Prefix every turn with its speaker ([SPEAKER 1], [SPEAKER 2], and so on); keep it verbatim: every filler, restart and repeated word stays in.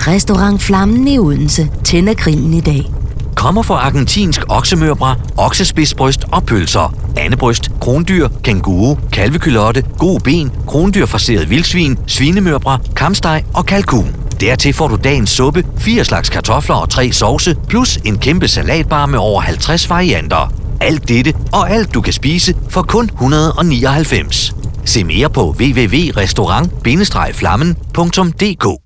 [SPEAKER 1] Restaurant Flammen i Odense tænder grillen i dag.
[SPEAKER 2] Kommer fra argentinsk oksemørbrad, oksespidsbryst og pølser, andebryst, krondyr, kænguru, kalvekylotte, gode ben, krondyrfarceret vildsvin, svinemørbrad, kamsteg og kalkun. Dertil får du dagens suppe, fire slags kartofler og tre sovse, plus en kæmpe salatbar med over halvtreds varianter. Alt dette og alt du kan spise for kun et hundrede og nioghalvfems. Se mere på w w w punktum restaurant bindestreg flammen punktum d k.